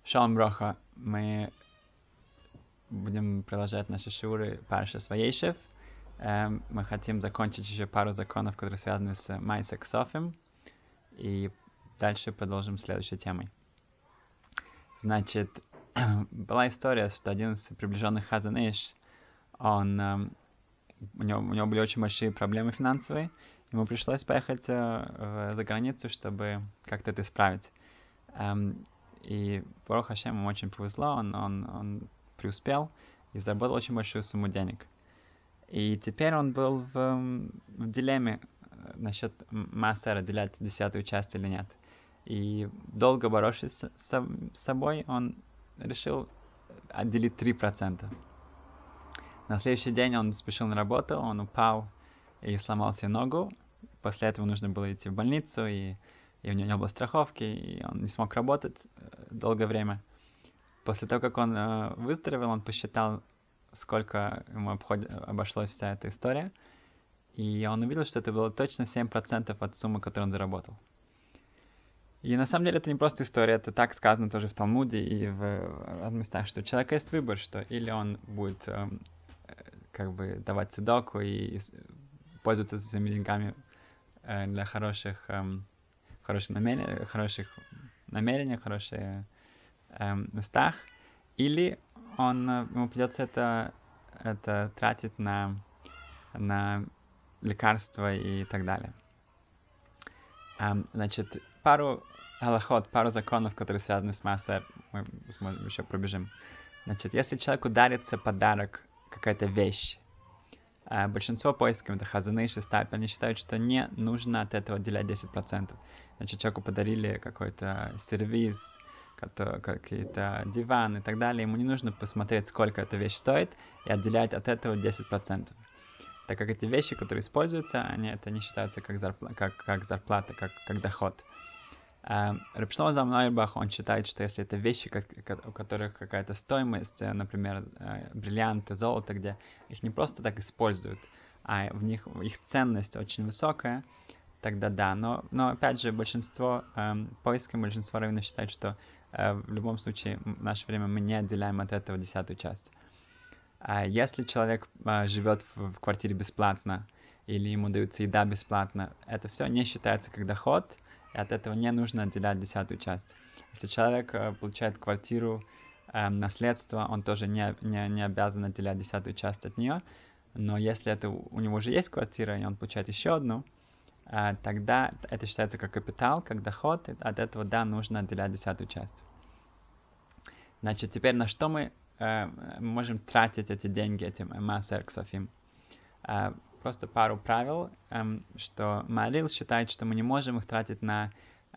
Шалом Броха. Мы будем продолжать наши шуры Паршас Ваейшев. Мы хотим закончить еще пару законов, которые связаны с Майса Ксофим. И дальше продолжим следующей темой. Значит, была история, что один из приближенных Хазан-Иш, у него были очень большие проблемы финансовые. Ему пришлось поехать за границу, чтобы как-то это исправить. И Барух Хашем, ему очень повезло, он преуспел и заработал очень большую сумму денег. И теперь он был в дилемме насчет массера, делять 10-ю часть или нет. И долго боровшись с собой, он решил отделить 3%. На следующий день он спешил на работу, он упал и сломал себе ногу. После этого нужно было идти в больницу, и у него не было страховки, и он не смог работать долгое время. После того, как он выздоровел, он посчитал, сколько ему обошлась вся эта история, и он увидел, что это было точно 7% от суммы, которую он заработал. И на самом деле это не просто история, это так сказано тоже в Талмуде и в местах, что у человека есть выбор, что или он будет давать цедаку и пользоваться своими деньгами для хороших намерений, хороших местах, или ему придется это тратить на лекарства и так далее. Значит, пару законов, которые связаны с массой, мы еще пробежим. Значит, если человеку дарится подарок, какая-то вещь, большинство поисков, это Хазаны, Шестапи, они считают, что не нужно от этого отделять 10%. Значит, человеку подарили какой-то сервиз, какие-то диваны и так далее, ему не нужно посмотреть, сколько эта вещь стоит, и отделять от этого 10%. Так как эти вещи, которые используются, это не считаются как зарплата, как доход. Раб Шломо Залман Ойербах, он считает, что если это вещи, у которых какая-то стоимость, например, бриллианты, золото, где их не просто так используют, а их ценность очень высокая, тогда да. Но опять же, большинство раввинов считает, что в любом случае в наше время мы не отделяем от этого 10-ю часть. Если человек живет в квартире бесплатно, или ему дается еда бесплатно, это все не считается как доход, и от этого не нужно отделять 10-ю часть. Если человек получает квартиру, наследство, он тоже не обязан отделять 10-ю часть от нее, но если у него уже есть квартира, и он получает еще одну, тогда это считается как капитал, как доход, и от этого, да, нужно отделять 10-ю часть. Значит, теперь на что мы можем тратить эти деньги, эти массер ксофим? Просто пару правил, что Маарил считает, что мы не можем их тратить на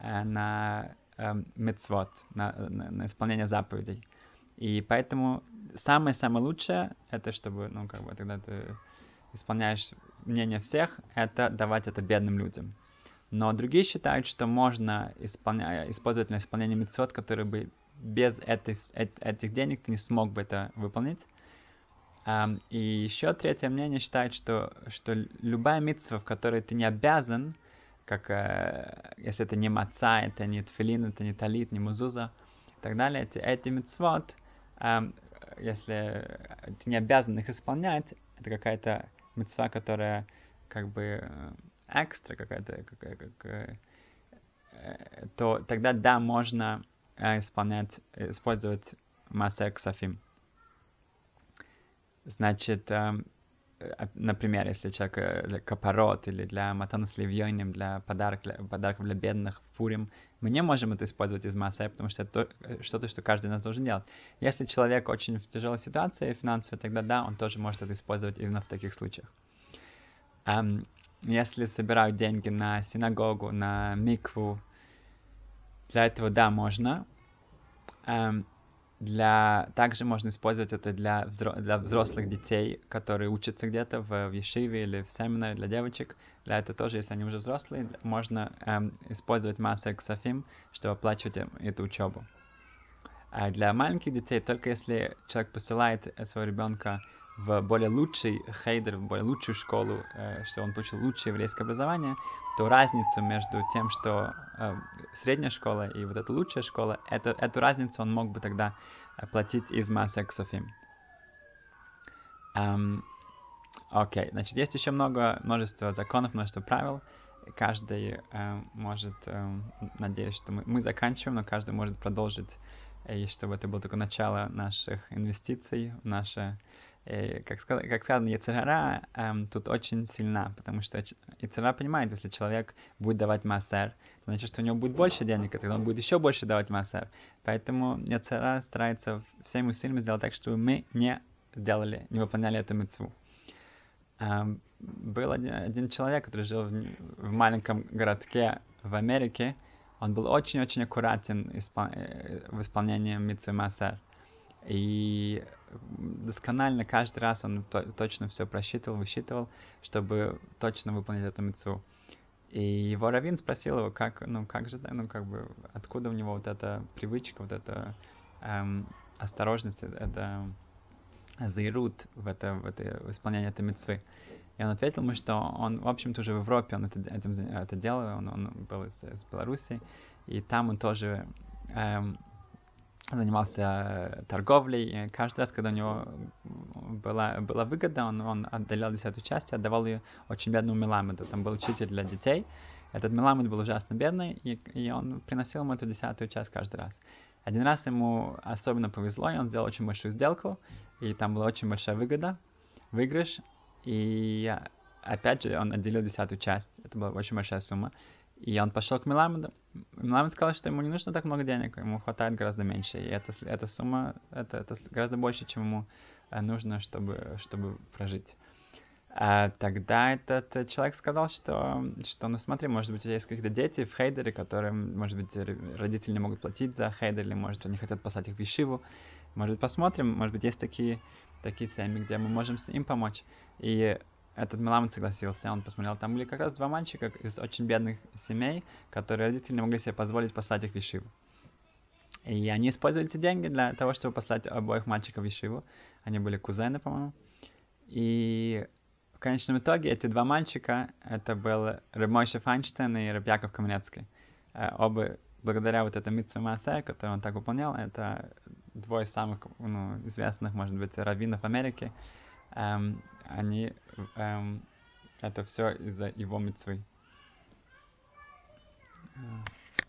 мицвот, на исполнение заповедей. И поэтому самое-самое лучшее, это чтобы, тогда ты исполняешь мнение всех, это давать это бедным людям. Но другие считают, что можно использовать на исполнение мицвот, которые бы без этих денег ты не смог бы это выполнить. И еще третье мнение считает, что любая мицва, в которой ты не обязан, как если это не маца, это не тфилин, это не талит, не музуза и так далее, эти мицвот, если ты не обязан их исполнять, это какая-то мицва, которая как бы экстра какая-то, то тогда да, можно использовать массер ксофим. Значит, например, если человек для капарот или для матанус левьёним, для подарков для бедных в Пурим, мы не можем это использовать из массер, потому что это что-то, что каждый из нас должен делать. Если человек очень в тяжелой ситуации финансовой, тогда да, он тоже может это использовать именно в таких случаях. Если собирают деньги на синагогу, на микву, для этого да, можно. Также можно использовать это для взрослых детей, которые учатся где-то в ешиве или в семинаре для девочек. Для этого тоже, если они уже взрослые, можно использовать массер ксофим, чтобы оплачивать эту учебу. А для маленьких детей, только если человек посылает своего ребенка в более лучший хейдер, в более лучшую школу, что он получил лучшее еврейское образование, то разницу между тем, что средняя школа и вот эта лучшая школа, эту разницу он мог бы тогда платить из Maaser Kosofim. Окей, значит, есть еще множество законов, множество правил. Каждый может, надеюсь, что мы заканчиваем, но каждый может продолжить, и чтобы это было только начало наших инвестиций, как сказано, Йецер Гара тут очень сильна, потому что Йецер Гара понимает, если человек будет давать маасер, то значит, что у него будет больше денег, и тогда он будет еще больше давать маасер. Поэтому Йецер Гара старается всеми усилиями сделать так, чтобы мы не выполняли эту мицву. Был один человек, который жил в маленьком городке в Америке. Он был очень-очень аккуратен в исполнении мицвы маасер. И досконально каждый раз он точно все просчитывал, высчитывал, чтобы точно выполнить эту мицву. И его раввин спросил его, откуда у него вот эта привычка, вот эта осторожность, это заирут в исполнении этой мицвы. И он ответил ему, что он, в общем-то, уже в Европе он это делал, он был из Беларуси, и там он тоже занимался торговлей, и каждый раз, когда у него была выгода, он отделял 10-ю часть и отдавал ее очень бедному меламеду. Там был учитель для детей, этот меламед был ужасно бедный, и он приносил ему эту 10-ю часть каждый раз. Один раз ему особенно повезло, и он сделал очень большую сделку, и там была очень большая выигрыш, и опять же он отделил 10-ю часть, это была очень большая сумма, и он пошел к Меламеду. Меламед сказал, что ему не нужно так много денег, ему хватает гораздо меньше, и эта сумма, это гораздо больше, чем ему нужно, чтобы прожить. Тогда этот человек сказал, что ну смотри, может быть, у тебя есть какие-то дети в хейдере, которым, может быть, родители не могут платить за хейдер, или, может, они хотят послать их в ешиву. Может быть, посмотрим, может быть, есть такие семьи, где мы можем им помочь. И этот меламед согласился, он посмотрел, там были как раз 2 мальчика из очень бедных семей, которые родители не могли себе позволить послать их в ешиву. И они использовали эти деньги для того, чтобы послать обоих мальчиков в ешиву. Они были кузены, по-моему. И в конечном итоге эти 2 мальчика, это был Реб Мойше Файнштейн и Реб Яков Каменецкий. Оба, благодаря вот этой мицве маасер, которую он так выполнял, это 2 самых известных, может быть, раввинов Америки. Они, это все из-за его мицвы.